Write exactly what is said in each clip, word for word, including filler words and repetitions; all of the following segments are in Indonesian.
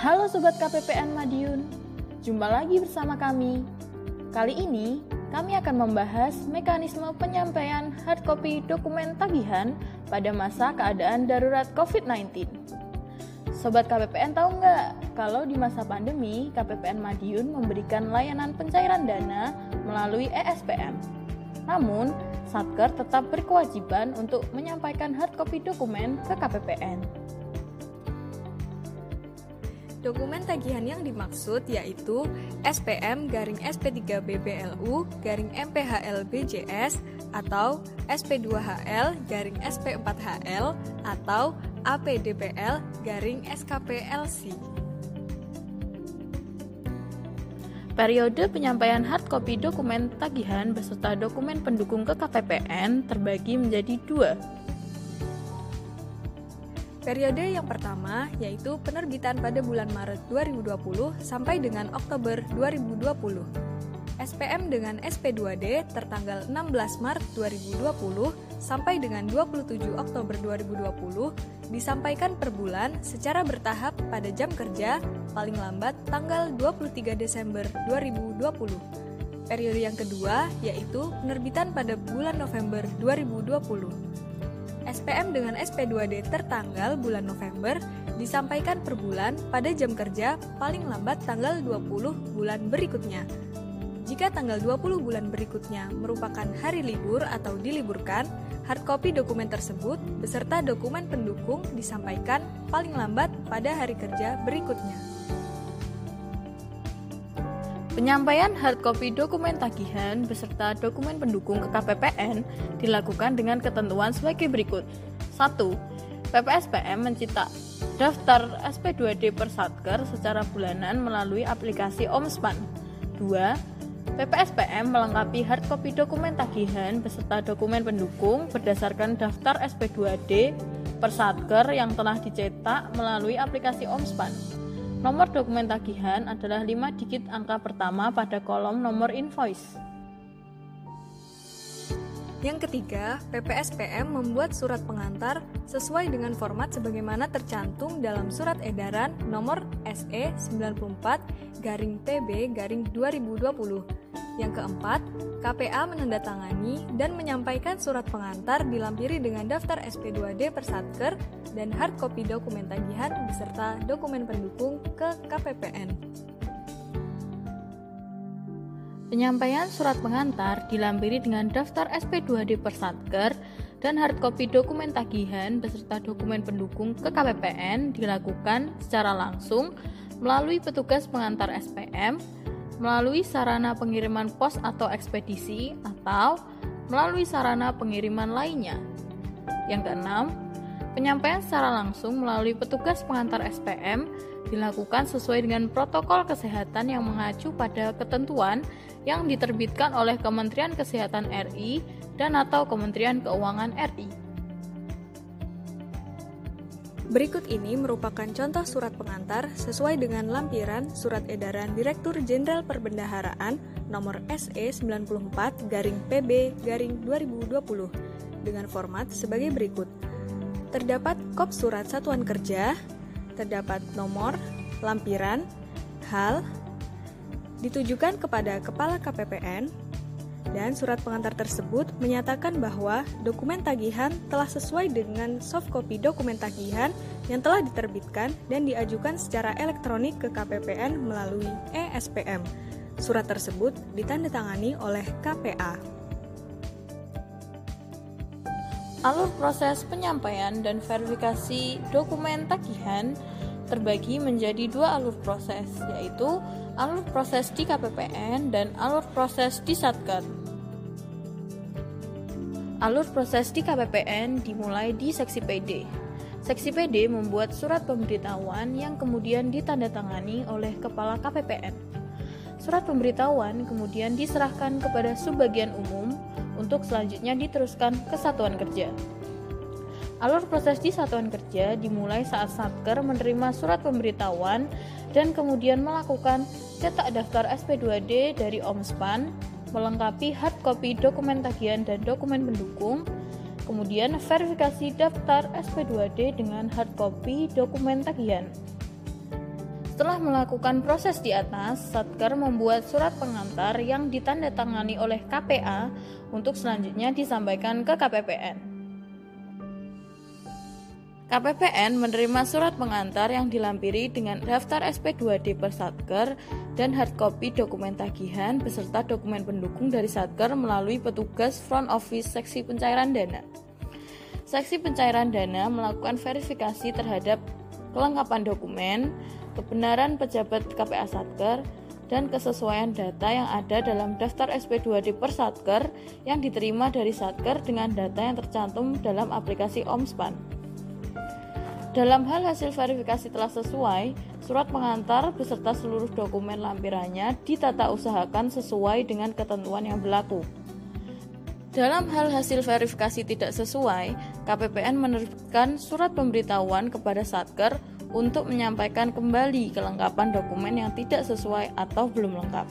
Halo Sobat K P P N Madiun, jumpa lagi bersama kami. Kali ini, kami akan membahas mekanisme penyampaian hard copy dokumen tagihan pada masa keadaan darurat covid sembilan belas. Sobat K P P N tahu nggak kalau di masa pandemi, K P P N Madiun memberikan layanan pencairan dana melalui E S P M. Namun, Satker tetap berkewajiban untuk menyampaikan hard copy dokumen ke K P P N. Dokumen tagihan yang dimaksud yaitu S P M garing S P tiga B B L U garing M P H L B J S atau S P dua H L garing S P empat H L atau A P D P L garing S K P L C. Periode penyampaian hard copy dokumen tagihan beserta dokumen pendukung ke K P P N terbagi menjadi dua. Periode yang pertama yaitu penerbitan pada bulan Maret dua ribu dua puluh sampai dengan Oktober dua ribu dua puluh. S P M dengan S P dua D tertanggal enam belas Maret dua ribu dua puluh sampai dengan dua puluh tujuh Oktober dua ribu dua puluh disampaikan per bulan secara bertahap pada jam kerja paling lambat tanggal dua puluh tiga Desember dua ribu dua puluh. Periode yang kedua yaitu penerbitan pada bulan November dua ribu dua puluh. S P M dengan S P dua D tertanggal bulan November disampaikan per bulan pada jam kerja paling lambat tanggal dua puluh bulan berikutnya. Jika tanggal dua puluh bulan berikutnya merupakan hari libur atau diliburkan, hard copy dokumen tersebut beserta dokumen pendukung disampaikan paling lambat pada hari kerja berikutnya. Penyampaian hard copy dokumen tagihan beserta dokumen pendukung ke K P P N dilakukan dengan ketentuan sebagai berikut. satu. P P S P M mencetak daftar S P dua D per Satker secara bulanan melalui aplikasi Omspan. dua. P P S P M melengkapi hard copy dokumen tagihan beserta dokumen pendukung berdasarkan daftar S P dua D per Satker yang telah dicetak melalui aplikasi Omspan. Nomor dokumen tagihan adalah lima digit angka pertama pada kolom nomor invoice. Yang ketiga, P P S P M membuat surat pengantar sesuai dengan format sebagaimana tercantum dalam Surat Edaran Nomor S E sembilan puluh empat garing P B garing dua ribu dua puluh. Yang keempat, K P A menandatangani dan menyampaikan surat pengantar dilampiri dengan daftar S P dua D per Satker dan hard copy dokumen tagihan beserta dokumen pendukung ke K P P N. Penyampaian surat pengantar dilampiri dengan daftar S P dua D per Satker dan hard copy dokumen tagihan beserta dokumen pendukung ke K P P N dilakukan secara langsung melalui petugas pengantar S P M, melalui sarana pengiriman pos atau ekspedisi, atau melalui sarana pengiriman lainnya. Yang keenam, penyampaian secara langsung melalui petugas pengantar S P M dilakukan sesuai dengan protokol kesehatan yang mengacu pada ketentuan yang diterbitkan oleh Kementerian Kesehatan R I dan atau Kementerian Keuangan R I. Berikut ini merupakan contoh surat pengantar sesuai dengan lampiran Surat Edaran Direktur Jenderal Perbendaharaan Nomor S E sembilan puluh empat garing P B garing dua ribu dua puluh dengan format sebagai berikut. Terdapat kop surat satuan kerja, terdapat nomor, lampiran, hal, ditujukan kepada Kepala K P P N, dan surat pengantar tersebut menyatakan bahwa dokumen tagihan telah sesuai dengan soft copy dokumen tagihan yang telah diterbitkan dan diajukan secara elektronik ke K P P N melalui E S P M. Surat tersebut ditandatangani oleh K P A. Alur proses penyampaian dan verifikasi dokumen tagihan terbagi menjadi dua alur proses, yaitu alur proses di K P P N dan alur proses di Satker. Alur proses di K P P N dimulai di seksi P D. Seksi P D membuat surat pemberitahuan yang kemudian ditandatangani oleh Kepala K P P N. Surat pemberitahuan kemudian diserahkan kepada Subbagian Umum untuk selanjutnya diteruskan ke Satuan Kerja. Alur proses di Satuan Kerja dimulai saat Satker menerima surat pemberitahuan dan kemudian melakukan cetak daftar S P dua D dari Omspan, melengkapi hard copy dokumen tagihan dan dokumen pendukung, kemudian verifikasi daftar S P dua D dengan hard copy dokumen tagihan. Setelah melakukan proses di atas, Satker membuat surat pengantar yang ditandatangani oleh K P A untuk selanjutnya disampaikan ke K P P N. K P P N menerima surat pengantar yang dilampiri dengan daftar S P dua D per Satker dan hardcopy dokumen tagihan beserta dokumen pendukung dari Satker melalui petugas front office seksi pencairan dana. Seksi pencairan dana melakukan verifikasi terhadap kelengkapan dokumen, kebenaran pejabat K P A Satker, dan kesesuaian data yang ada dalam daftar S P dua D per Satker yang diterima dari Satker dengan data yang tercantum dalam aplikasi OMSPAN. Dalam hal hasil verifikasi telah sesuai, surat pengantar beserta seluruh dokumen lampirannya ditata usahakan sesuai dengan ketentuan yang berlaku. Dalam hal hasil verifikasi tidak sesuai, K P P N menerbitkan surat pemberitahuan kepada Satker untuk menyampaikan kembali kelengkapan dokumen yang tidak sesuai atau belum lengkap.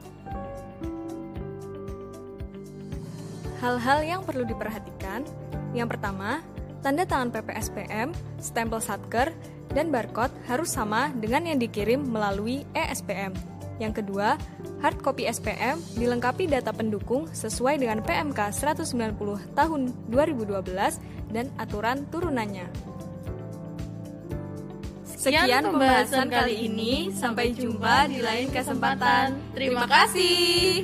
Hal-hal yang perlu diperhatikan, yang pertama, tanda tangan P P S P M, stempel Satker, dan barcode harus sama dengan yang dikirim melalui E S P M. Yang kedua, hard copy S P M dilengkapi data pendukung sesuai dengan P M K seratus sembilan puluh tahun dua ribu dua belas dan aturan turunannya. Sekian pembahasan kali ini, sampai jumpa di lain kesempatan. Terima kasih.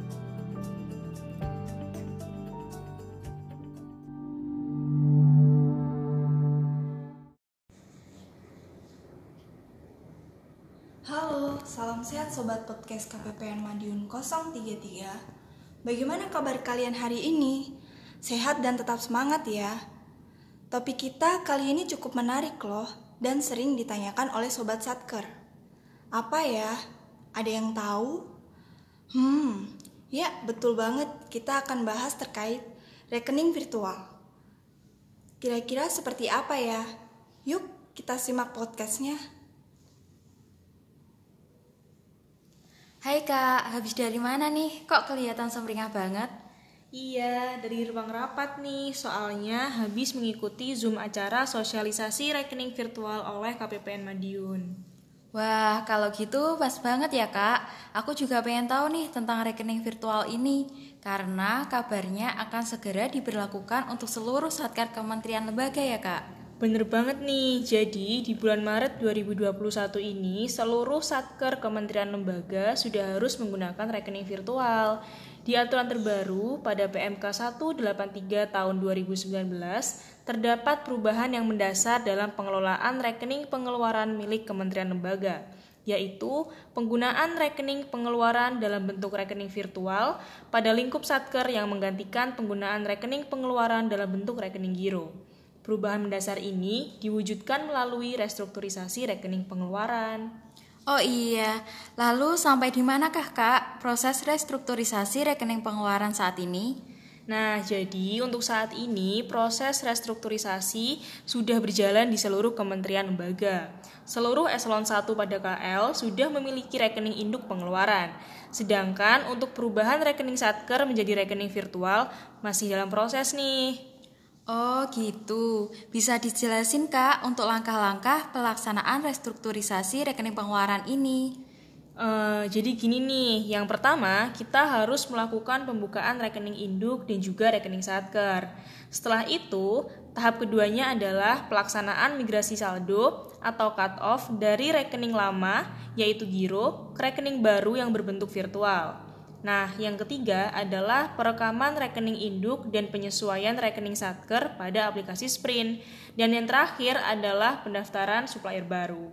Halo, salam sehat Sobat Podcast K P P N Madiun nol tiga tiga. Bagaimana kabar kalian hari ini? Sehat dan tetap semangat ya. Topik kita kali ini cukup menarik loh dan sering ditanyakan oleh Sobat Satker. Apa ya? Ada yang tahu? Hmm, ya betul banget, kita akan bahas terkait rekening virtual. Kira-kira seperti apa ya? Yuk kita simak podcastnya. Hai Kak, habis dari mana nih? Kok kelihatan sumringah banget? Iya, dari ruang rapat nih, soalnya habis mengikuti Zoom acara sosialisasi rekening virtual oleh K P P N Madiun. Wah, kalau gitu pas banget ya Kak. Aku juga pengen tahu nih tentang rekening virtual ini, karena kabarnya akan segera diberlakukan untuk seluruh Satker Kementerian Lembaga ya Kak. Bener banget nih, jadi di bulan Maret dua ribu dua puluh satu ini seluruh Satker Kementerian Lembaga sudah harus menggunakan rekening virtual. Di aturan terbaru pada P M K seratus delapan puluh tiga tahun dua ribu sembilan belas, terdapat perubahan yang mendasar dalam pengelolaan rekening pengeluaran milik Kementerian Lembaga, yaitu penggunaan rekening pengeluaran dalam bentuk rekening virtual pada lingkup Satker yang menggantikan penggunaan rekening pengeluaran dalam bentuk rekening giro. Perubahan mendasar ini diwujudkan melalui restrukturisasi rekening pengeluaran. Oh iya, lalu sampai di manakah Kak proses restrukturisasi rekening pengeluaran saat ini? Nah, jadi untuk saat ini proses restrukturisasi sudah berjalan di seluruh kementerian lembaga. Seluruh eselon satu pada K L sudah memiliki rekening induk pengeluaran. Sedangkan untuk perubahan rekening Satker menjadi rekening virtual masih dalam proses nih. Oh gitu, bisa dijelasin Kak untuk langkah-langkah pelaksanaan restrukturisasi rekening pengeluaran ini? Uh, jadi gini nih, yang pertama kita harus melakukan pembukaan rekening induk dan juga rekening Satker. Setelah itu, tahap keduanya adalah pelaksanaan migrasi saldo atau cut-off dari rekening lama, yaitu giro, ke rekening baru yang berbentuk virtual. Nah, yang ketiga adalah perekaman rekening induk dan penyesuaian rekening Satker pada aplikasi Sprint. Dan yang terakhir adalah pendaftaran supplier baru.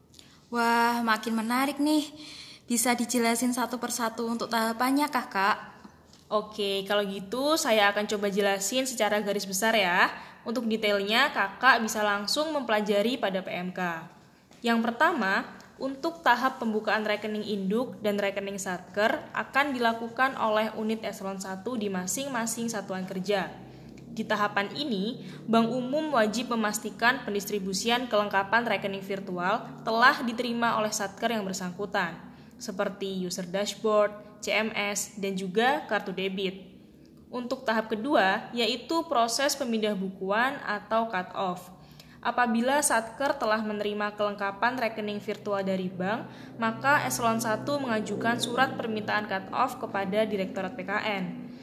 Wah, makin menarik nih. Bisa dijelasin satu persatu untuk tahapannya kah, Kak? Oke, kalau gitu saya akan coba jelasin secara garis besar ya. Untuk detailnya, kakak bisa langsung mempelajari pada P M K. Yang pertama, untuk tahap pembukaan rekening induk dan rekening Satker akan dilakukan oleh unit eselon satu di masing-masing satuan kerja. Di tahapan ini, Bank Umum wajib memastikan pendistribusian kelengkapan rekening virtual telah diterima oleh Satker yang bersangkutan, seperti user dashboard, C M S, dan juga kartu debit. Untuk tahap kedua, yaitu proses pemindah bukuan atau cut-off. Apabila Satker telah menerima kelengkapan rekening virtual dari bank, maka Eselon satu mengajukan surat permintaan cut-off kepada Direktorat P K N.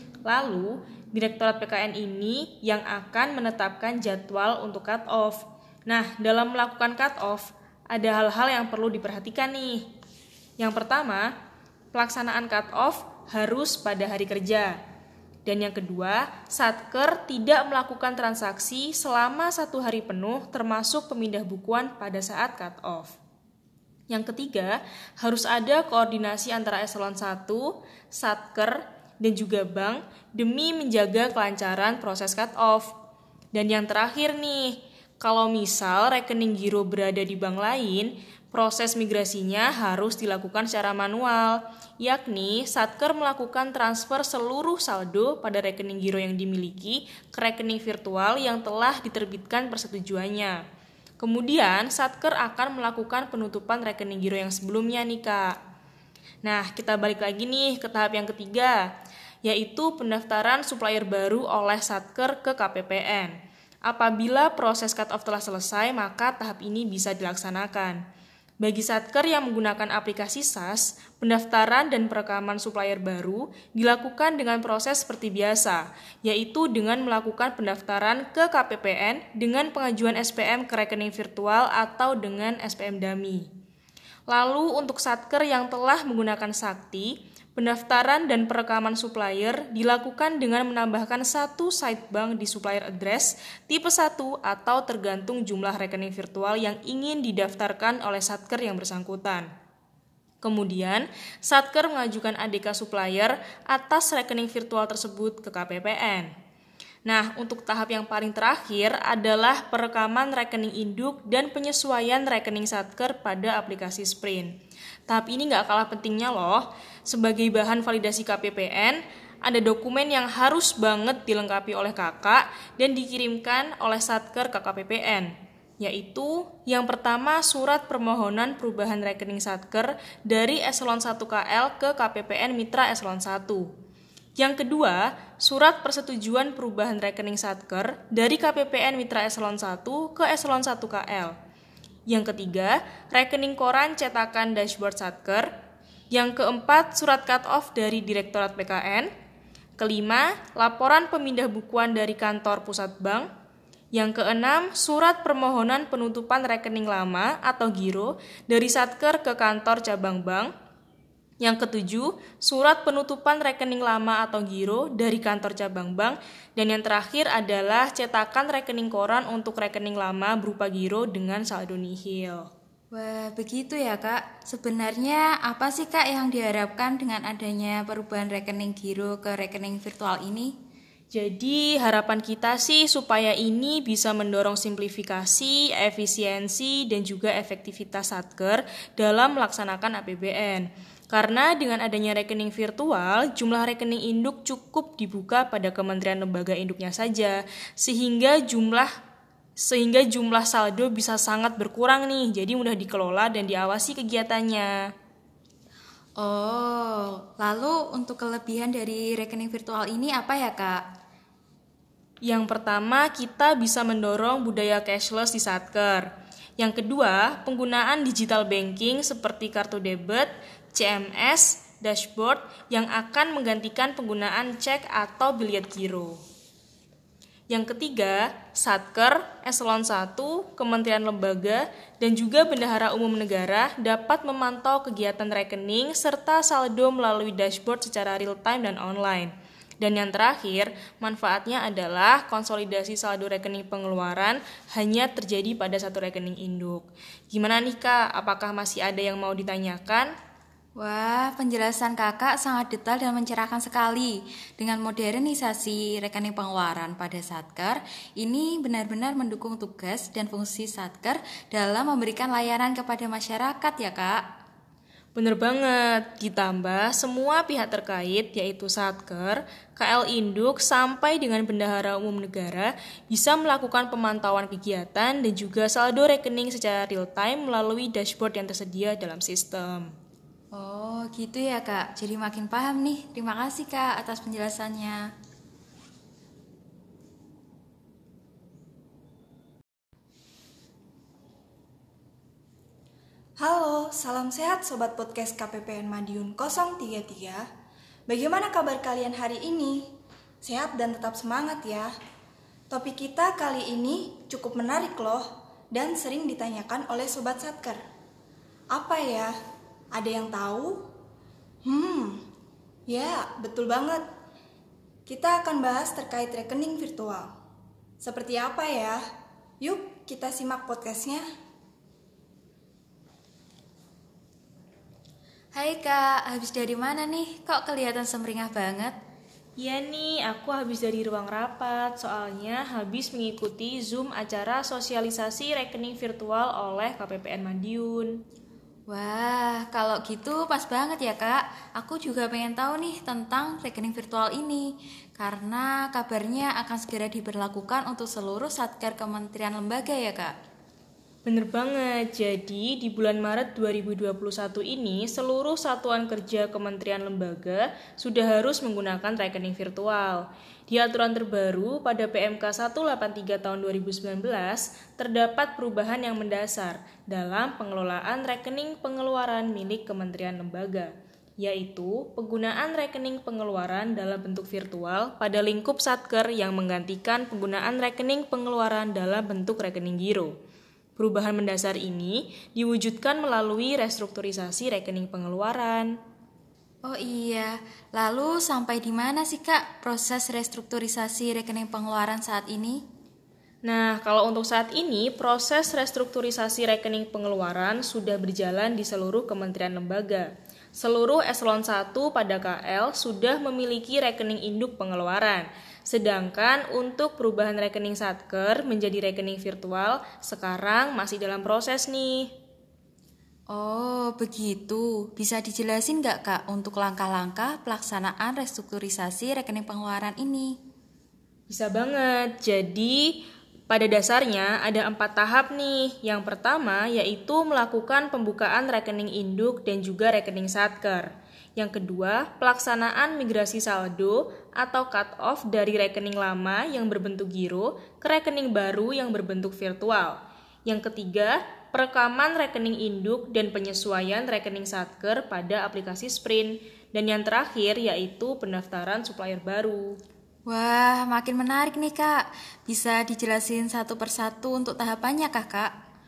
Lalu, Direktorat P K N ini yang akan menetapkan jadwal untuk cut-off. Nah, dalam melakukan cut-off, ada hal-hal yang perlu diperhatikan nih. Yang pertama, pelaksanaan cut-off harus pada hari kerja. Dan yang kedua, Satker tidak melakukan transaksi selama satu hari penuh termasuk pemindah bukuan pada saat cut-off. Yang ketiga, harus ada koordinasi antara Eselon satu, Satker, dan juga bank demi menjaga kelancaran proses cut-off. Dan yang terakhir nih, kalau misal rekening giro berada di bank lain, proses migrasinya harus dilakukan secara manual, yakni Satker melakukan transfer seluruh saldo pada rekening giro yang dimiliki ke rekening virtual yang telah diterbitkan persetujuannya. Kemudian, Satker akan melakukan penutupan rekening giro yang sebelumnya nih Kak. Nah, kita balik lagi nih ke tahap yang ketiga, yaitu pendaftaran supplier baru oleh Satker ke K P P N. Apabila proses cut-off telah selesai, maka tahap ini bisa dilaksanakan. Bagi Satker yang menggunakan aplikasi S A S, pendaftaran dan perekaman supplier baru dilakukan dengan proses seperti biasa, yaitu dengan melakukan pendaftaran ke K P P N dengan pengajuan S P M ke rekening virtual atau dengan S P M dummy. Lalu untuk Satker yang telah menggunakan Sakti, pendaftaran dan perekaman supplier dilakukan dengan menambahkan satu site bank di supplier address tipe satu atau tergantung jumlah rekening virtual yang ingin didaftarkan oleh Satker yang bersangkutan. Kemudian, Satker mengajukan A D K supplier atas rekening virtual tersebut ke K P P N. Nah, untuk tahap yang paling terakhir adalah perekaman rekening induk dan penyesuaian rekening Satker pada aplikasi Sprint. Tahap ini nggak kalah pentingnya loh. Sebagai bahan validasi K P P N, ada dokumen yang harus banget dilengkapi oleh kakak dan dikirimkan oleh Satker ke K P P N, yaitu yang pertama surat permohonan perubahan rekening Satker dari Eselon satu K L ke K P P N Mitra Eselon satu. Yang kedua, surat persetujuan perubahan rekening Satker dari K P P N Mitra Eselon satu ke Eselon satu K L. Yang ketiga, rekening koran cetakan dashboard Satker. Yang keempat, surat cut-off dari Direktorat P K N. Kelima, laporan pemindah bukuan dari kantor pusat bank. Yang keenam, surat permohonan penutupan rekening lama atau giro dari Satker ke kantor cabang bank. Yang ketujuh, surat penutupan rekening lama atau giro dari kantor cabang bank. Dan yang terakhir adalah cetakan rekening koran untuk rekening lama berupa giro dengan saldo nihil. Wah, begitu ya Kak. Sebenarnya apa sih Kak yang diharapkan dengan adanya perubahan rekening giro ke rekening virtual ini? Jadi harapan kita sih supaya ini bisa mendorong simplifikasi, efisiensi, dan juga efektivitas Satker dalam melaksanakan A P B N. Karena dengan adanya rekening virtual, jumlah rekening induk cukup dibuka pada kementerian lembaga induknya saja, sehingga jumlah sehingga jumlah saldo bisa sangat berkurang nih, jadi mudah dikelola dan diawasi kegiatannya. Oh, lalu untuk kelebihan dari rekening virtual ini apa ya Kak? Yang pertama, kita bisa mendorong budaya cashless di Satker. Yang kedua, penggunaan digital banking seperti kartu debit, C M S, dashboard yang akan menggantikan penggunaan cek atau biliet giro. Yang ketiga, Satker, Eselon satu, Kementerian Lembaga, dan juga Bendahara Umum Negara dapat memantau kegiatan rekening serta saldo melalui dashboard secara real-time dan online. Dan yang terakhir, manfaatnya adalah konsolidasi saldo rekening pengeluaran hanya terjadi pada satu rekening induk. Gimana nih Kak, apakah masih ada yang mau ditanyakan? Wah, penjelasan kakak sangat detail dan mencerahkan sekali. Dengan modernisasi rekening pengeluaran pada Satker, ini benar-benar mendukung tugas dan fungsi Satker dalam memberikan layanan kepada masyarakat ya Kak. Bener banget, ditambah semua pihak terkait yaitu Satker, K L Induk, sampai dengan Bendahara Umum Negara bisa melakukan pemantauan kegiatan dan juga saldo rekening secara real-time melalui dashboard yang tersedia dalam sistem. Oh gitu ya Kak, jadi makin paham nih. Terima kasih Kak atas penjelasannya. Halo, salam sehat Sobat Podcast K P P N Madiun nol tiga tiga. Bagaimana kabar kalian hari ini? Sehat dan tetap semangat ya. Topik kita kali ini cukup menarik loh dan sering ditanyakan oleh Sobat Satker. Apa ya? Ada yang tahu? Hmm, ya betul banget. Kita akan bahas terkait rekening virtual. Seperti apa ya? Yuk kita simak podcastnya. Hai Kak, habis dari mana nih? Kok kelihatan semringah banget? Iya nih, aku habis dari ruang rapat, soalnya habis mengikuti Zoom acara sosialisasi rekening virtual oleh K P P N Madiun. Wah, kalau gitu pas banget ya Kak. Aku juga pengen tahu nih tentang rekening virtual ini. Karena kabarnya akan segera diberlakukan untuk seluruh satker kementerian lembaga ya Kak. Bener banget, jadi di bulan Maret dua ribu dua puluh satu ini seluruh satuan kerja kementerian lembaga sudah harus menggunakan rekening virtual. Di aturan terbaru pada P M K seratus delapan puluh tiga tahun dua ribu sembilan belas terdapat perubahan yang mendasar dalam pengelolaan rekening pengeluaran milik kementerian lembaga, yaitu penggunaan rekening pengeluaran dalam bentuk virtual pada lingkup satker yang menggantikan penggunaan rekening pengeluaran dalam bentuk rekening giro. Perubahan mendasar ini diwujudkan melalui restrukturisasi rekening pengeluaran. Oh iya, lalu sampai di mana sih Kak proses restrukturisasi rekening pengeluaran saat ini? Nah, kalau untuk saat ini, proses restrukturisasi rekening pengeluaran sudah berjalan di seluruh kementerian lembaga. Seluruh eselon satu pada K L sudah memiliki rekening induk pengeluaran. Sedangkan untuk perubahan rekening satker menjadi rekening virtual sekarang masih dalam proses nih. Oh begitu, bisa dijelasin nggak Kak untuk langkah-langkah pelaksanaan restrukturisasi rekening pengeluaran ini? Bisa banget, jadi pada dasarnya ada empat tahap nih. Yang pertama yaitu melakukan pembukaan rekening induk dan juga rekening satker. Yang kedua, pelaksanaan migrasi saldo atau cut-off dari rekening lama yang berbentuk giro ke rekening baru yang berbentuk virtual. Yang ketiga, perekaman rekening induk dan penyesuaian rekening satker pada aplikasi Sprint. Dan yang terakhir yaitu pendaftaran supplier baru. Wah, makin menarik nih Kak. Bisa dijelasin satu persatu untuk tahapannya Kak, Kak?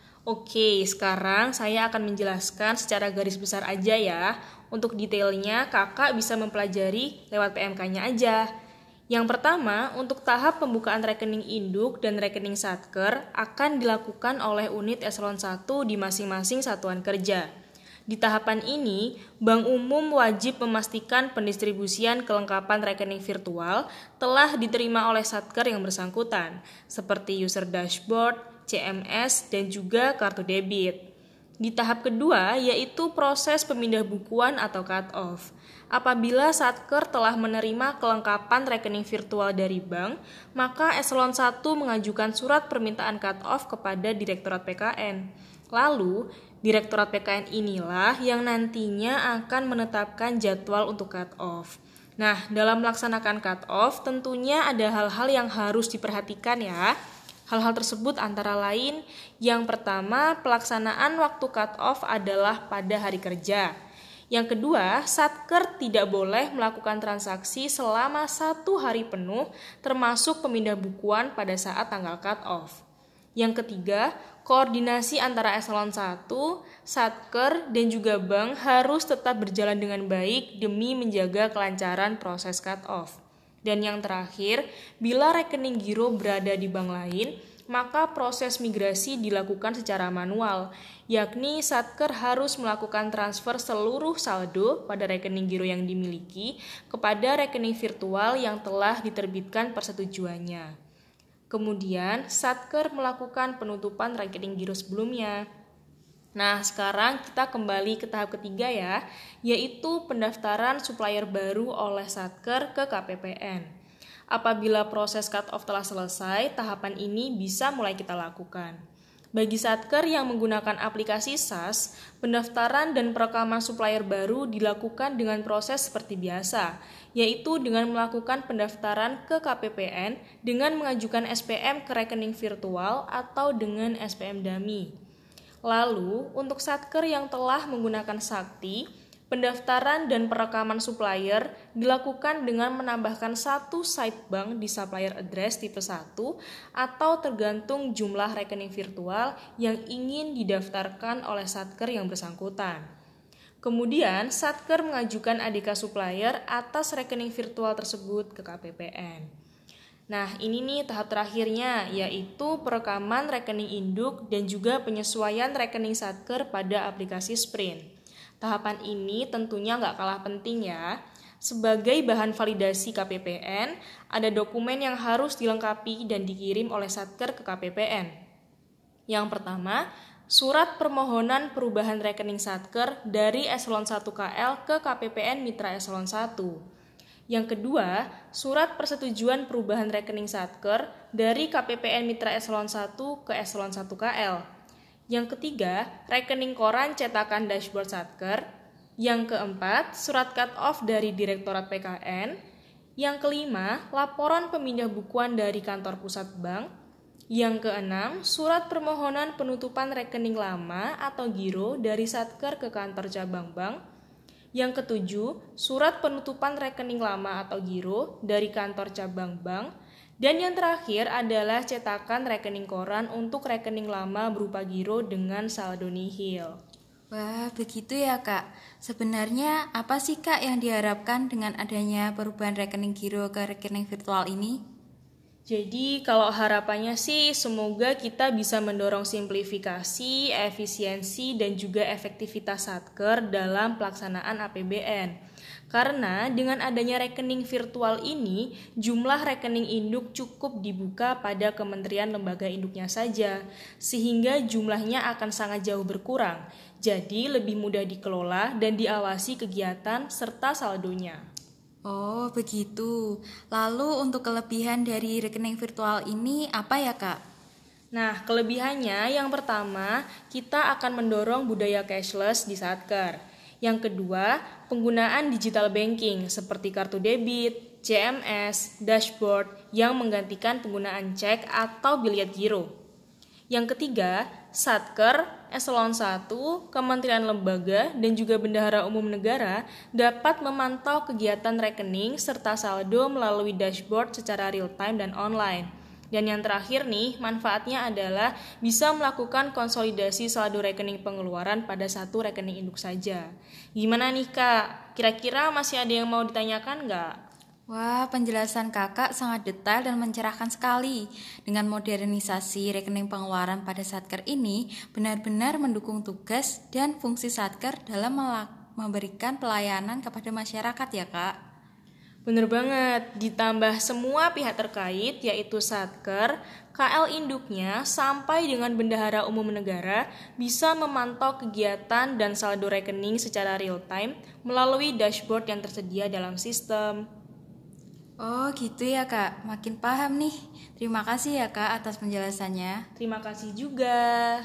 Oke, sekarang saya akan menjelaskan secara garis besar aja ya. Untuk detailnya, kakak bisa mempelajari lewat P M K-nya aja. Yang pertama, untuk tahap pembukaan rekening induk dan rekening satker akan dilakukan oleh unit eselon satu di masing-masing satuan kerja. Di tahapan ini, Bank Umum wajib memastikan pendistribusian kelengkapan rekening virtual telah diterima oleh satker yang bersangkutan, seperti user dashboard, C M S, dan juga kartu debit. Di tahap kedua, yaitu proses pemindah bukuan atau cut-off. Apabila satker telah menerima kelengkapan rekening virtual dari bank, maka eselon satu mengajukan surat permintaan cut-off kepada Direktorat P K N. Lalu, Direktorat P K N inilah yang nantinya akan menetapkan jadwal untuk cut-off. Nah, dalam melaksanakan cut-off, tentunya ada hal-hal yang harus diperhatikan ya. Hal-hal tersebut antara lain, yang pertama, pelaksanaan waktu cut-off adalah pada hari kerja. Yang kedua, satker tidak boleh melakukan transaksi selama satu hari penuh, termasuk pemindah bukuan pada saat tanggal cut-off. Yang ketiga, koordinasi antara eselon satu, satker, dan juga bank harus tetap berjalan dengan baik demi menjaga kelancaran proses cut-off. Dan yang terakhir, bila rekening giro berada di bank lain, maka proses migrasi dilakukan secara manual, yakni satker harus melakukan transfer seluruh saldo pada rekening giro yang dimiliki kepada rekening virtual yang telah diterbitkan persetujuannya. Kemudian, satker melakukan penutupan rekening giro sebelumnya. Nah, sekarang kita kembali ke tahap ketiga ya, yaitu pendaftaran supplier baru oleh satker ke K P P N. Apabila proses cut-off telah selesai, tahapan ini bisa mulai kita lakukan. Bagi satker yang menggunakan aplikasi S A S, pendaftaran dan perekaman supplier baru dilakukan dengan proses seperti biasa, yaitu dengan melakukan pendaftaran ke K P P N dengan mengajukan S P M ke rekening virtual atau dengan S P M dummy. Lalu, untuk satker yang telah menggunakan sakti, pendaftaran dan perekaman supplier dilakukan dengan menambahkan satu site bank di supplier address tipe satu atau tergantung jumlah rekening virtual yang ingin didaftarkan oleh satker yang bersangkutan. Kemudian, satker mengajukan A D K supplier atas rekening virtual tersebut ke K P P N. Nah, ini nih tahap terakhirnya, yaitu perekaman rekening induk dan juga penyesuaian rekening satker pada aplikasi Sprint. Tahapan ini tentunya nggak kalah penting ya. Sebagai bahan validasi K P P N, ada dokumen yang harus dilengkapi dan dikirim oleh satker ke K P P N. Yang pertama, surat permohonan perubahan rekening satker dari eselon satu K L ke K P P N Mitra eselon satu. Yang kedua, surat persetujuan perubahan rekening satker dari K P P N Mitra eselon satu ke eselon satu K L. Yang ketiga, rekening koran cetakan dashboard satker. Yang keempat, surat cut-off dari Direktorat P K N. Yang kelima, laporan pemindah bukuan dari kantor pusat bank. Yang keenam, surat permohonan penutupan rekening lama atau giro dari satker ke kantor cabang bank. Yang ketujuh, surat penutupan rekening lama atau giro dari kantor cabang bank. Dan yang terakhir adalah cetakan rekening koran untuk rekening lama berupa giro dengan saldo nihil. Wah, begitu ya Kak. Sebenarnya apa sih Kak yang diharapkan dengan adanya perubahan rekening giro ke rekening virtual ini? Jadi kalau harapannya sih semoga kita bisa mendorong simplifikasi, efisiensi, dan juga efektivitas satker dalam pelaksanaan A P B N. Karena dengan adanya rekening virtual ini, jumlah rekening induk cukup dibuka pada kementerian lembaga induknya saja, sehingga jumlahnya akan sangat jauh berkurang. Jadi lebih mudah dikelola dan diawasi kegiatan serta saldonya. Oh, begitu. Lalu untuk kelebihan dari rekening virtual ini apa ya, Kak? Nah, kelebihannya yang pertama, kita akan mendorong budaya cashless di satker. Yang kedua, penggunaan digital banking seperti kartu debit, C M S, dashboard yang menggantikan penggunaan cek atau biliet giro. Yang ketiga, satker, eselon satu, kementerian lembaga, dan juga bendahara umum negara dapat memantau kegiatan rekening serta saldo melalui dashboard secara real time dan online. Dan yang terakhir nih, manfaatnya adalah bisa melakukan konsolidasi saldo rekening pengeluaran pada satu rekening induk saja. Gimana nih Kak? Kira-kira masih ada yang mau ditanyakan nggak? Wah, penjelasan kakak sangat detail dan mencerahkan sekali. Dengan modernisasi rekening pengeluaran pada satker ini, benar-benar mendukung tugas dan fungsi satker dalam memberikan pelayanan kepada masyarakat ya kak. Bener banget, ditambah semua pihak terkait yaitu satker, K L induknya sampai dengan bendahara umum negara bisa memantau kegiatan dan saldo rekening secara real time melalui dashboard yang tersedia dalam sistem. Oh gitu ya kak, makin paham nih. Terima kasih ya kak atas penjelasannya. Terima kasih juga.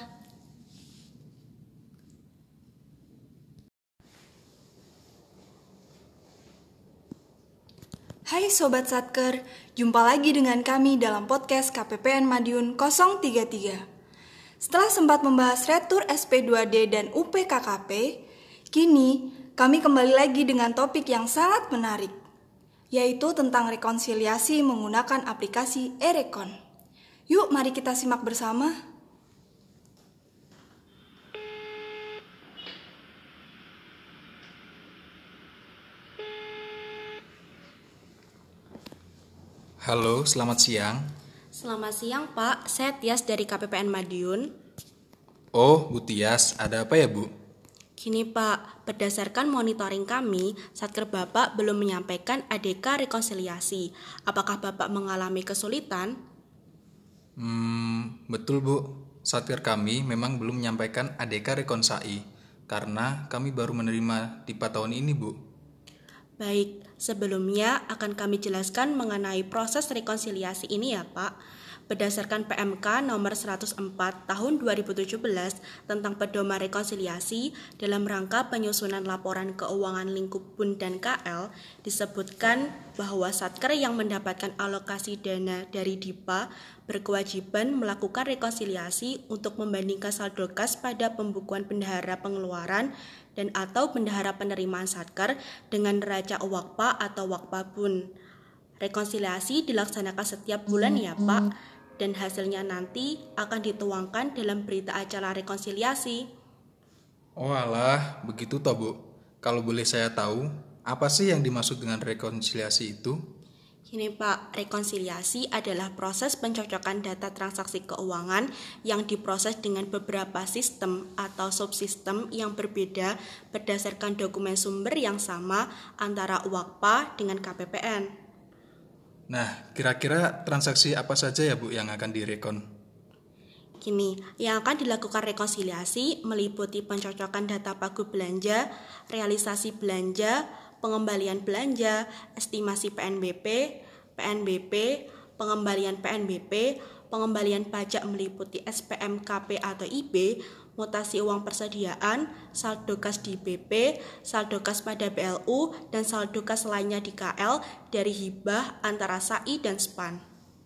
Hai Sobat Satker, jumpa lagi dengan kami dalam podcast K P P N Madiun nol tiga tiga. Setelah sempat membahas retur S P dua D dan U P K K P, kini kami kembali lagi dengan topik yang sangat menarik, yaitu tentang rekonsiliasi menggunakan aplikasi e-rekon. Yuk mari kita simak bersama. Halo, selamat siang. Selamat siang Pak, saya Tias dari K P P N Madiun. Oh, Bu Tias, ada apa ya Bu? Gini Pak, berdasarkan monitoring kami, Satker Bapak belum menyampaikan A D K rekonsiliasi. Apakah Bapak mengalami kesulitan? Hmm, betul Bu. Satker kami memang belum menyampaikan A D K rekonsai karena kami baru menerima D I P A tahun ini Bu. Baik, sebelumnya akan kami jelaskan mengenai proses rekonsiliasi ini ya Pak. Berdasarkan P M K nomor seratus empat tahun dua ribu tujuh belas tentang pedoman rekonsiliasi dalam rangka penyusunan laporan keuangan lingkup B U N dan K L, disebutkan bahwa Satker yang mendapatkan alokasi dana dari D I P A berkewajiban melakukan rekonsiliasi untuk membandingkan saldo kas pada pembukuan bendahara pengeluaran dan atau bendahara penerimaan Satker dengan neraca U A K P A atau W A K P A B U N. Rekonsiliasi dilaksanakan setiap bulan ya Pak, dan hasilnya nanti akan dituangkan dalam berita acara rekonsiliasi. Oh alah, begitu toh Bu. Kalau boleh saya tahu, apa sih yang dimaksud dengan rekonsiliasi itu? Gini Pak, rekonsiliasi adalah proses pencocokan data transaksi keuangan yang diproses dengan beberapa sistem atau subsistem yang berbeda berdasarkan dokumen sumber yang sama antara U A K P A dengan K P P N. Nah, kira-kira transaksi apa saja ya Bu yang akan direkon? Gini, yang akan dilakukan rekonsiliasi meliputi pencocokan data pagu belanja, realisasi belanja, pengembalian belanja, estimasi P N B P, P N B P, pengembalian P N B P, pengembalian pajak meliputi S P M K P atau I B, mutasi uang persediaan, saldo kas di B P, saldo kas pada B L U, dan saldo kas lainnya di K L dari hibah antara S A I dan S P A N.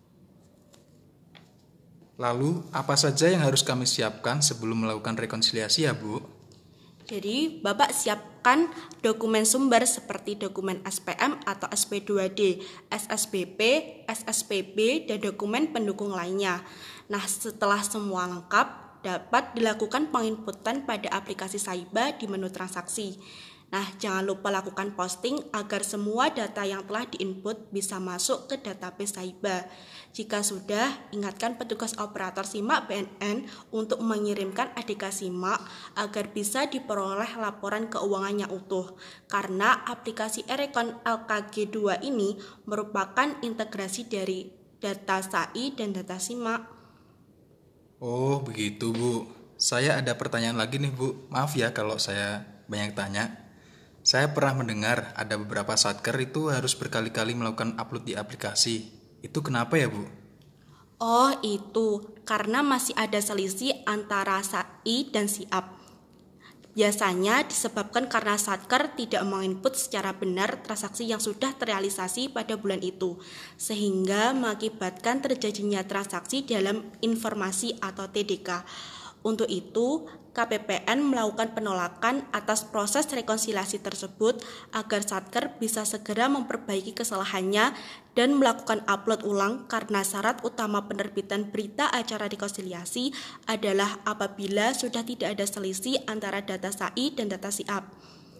Lalu, apa saja yang harus kami siapkan sebelum melakukan rekonsiliasi ya Bu? Jadi, Bapak siapkan dokumen sumber seperti dokumen S P M atau S P dua D, S S B P, S S P B, dan dokumen pendukung lainnya. Nah, setelah semua lengkap, dapat dilakukan penginputan pada aplikasi Saiba di menu transaksi. Nah, jangan lupa lakukan posting agar semua data yang telah diinput bisa masuk ke database Saiba. Jika sudah, ingatkan petugas operator SIMAK B N N untuk mengirimkan A D K SIMAK agar bisa diperoleh laporan keuangan yang utuh. Karena aplikasi e-rekon L K G dua ini merupakan integrasi dari data S A I dan data SIMAK. Oh begitu Bu. Saya ada pertanyaan lagi nih Bu. Maaf ya kalau saya banyak tanya. Saya pernah mendengar ada beberapa Satker itu harus berkali-kali melakukan upload di aplikasi. Itu kenapa ya Bu? Oh itu, karena masih ada selisih antara S A I dan S I A P. Biasanya disebabkan karena Satker tidak menginput secara benar transaksi yang sudah terrealisasi pada bulan itu, sehingga mengakibatkan terjadinya transaksi dalam informasi atau T D K. Untuk itu, K P P N melakukan penolakan atas proses rekonsiliasi tersebut agar Satker bisa segera memperbaiki kesalahannya dan melakukan upload ulang karena syarat utama penerbitan berita acara rekonsiliasi adalah apabila sudah tidak ada selisih antara data S A I dan data S I A P.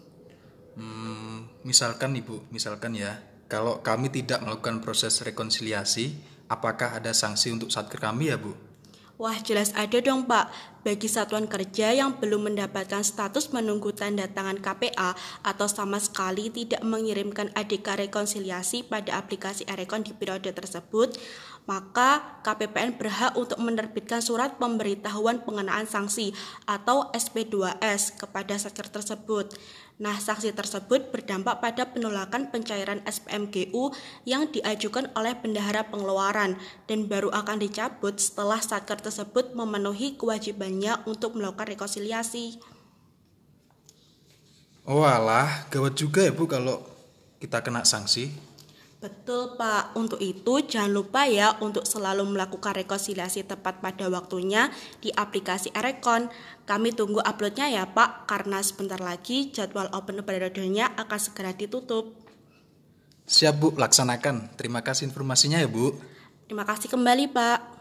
Hmm, misalkan Ibu, misalkan ya, kalau kami tidak melakukan proses rekonsiliasi, apakah ada sanksi untuk Satker kami ya Bu? Wah, jelas ada dong Pak. Bagi satuan kerja yang belum mendapatkan status menunggu tanda tangan K P A atau sama sekali tidak mengirimkan A D K rekonsiliasi pada aplikasi e-rekon di periode tersebut, maka K P P N berhak untuk menerbitkan surat pemberitahuan pengenaan sanksi atau S P dua S kepada Satker tersebut. Nah, sanksi tersebut berdampak pada penolakan pencairan S P M G U yang diajukan oleh bendahara pengeluaran dan baru akan dicabut setelah Satker tersebut memenuhi kewajibannya untuk melakukan rekonsiliasi. Oh alah, gawat juga ya Bu kalau kita kena sanksi. Betul Pak, untuk itu jangan lupa ya untuk selalu melakukan rekonsiliasi tepat pada waktunya di aplikasi e-rekon. Kami tunggu uploadnya ya Pak, karena sebentar lagi jadwal open periodenya akan segera ditutup. Siap Bu, laksanakan. Terima kasih informasinya ya Bu. Terima kasih kembali Pak.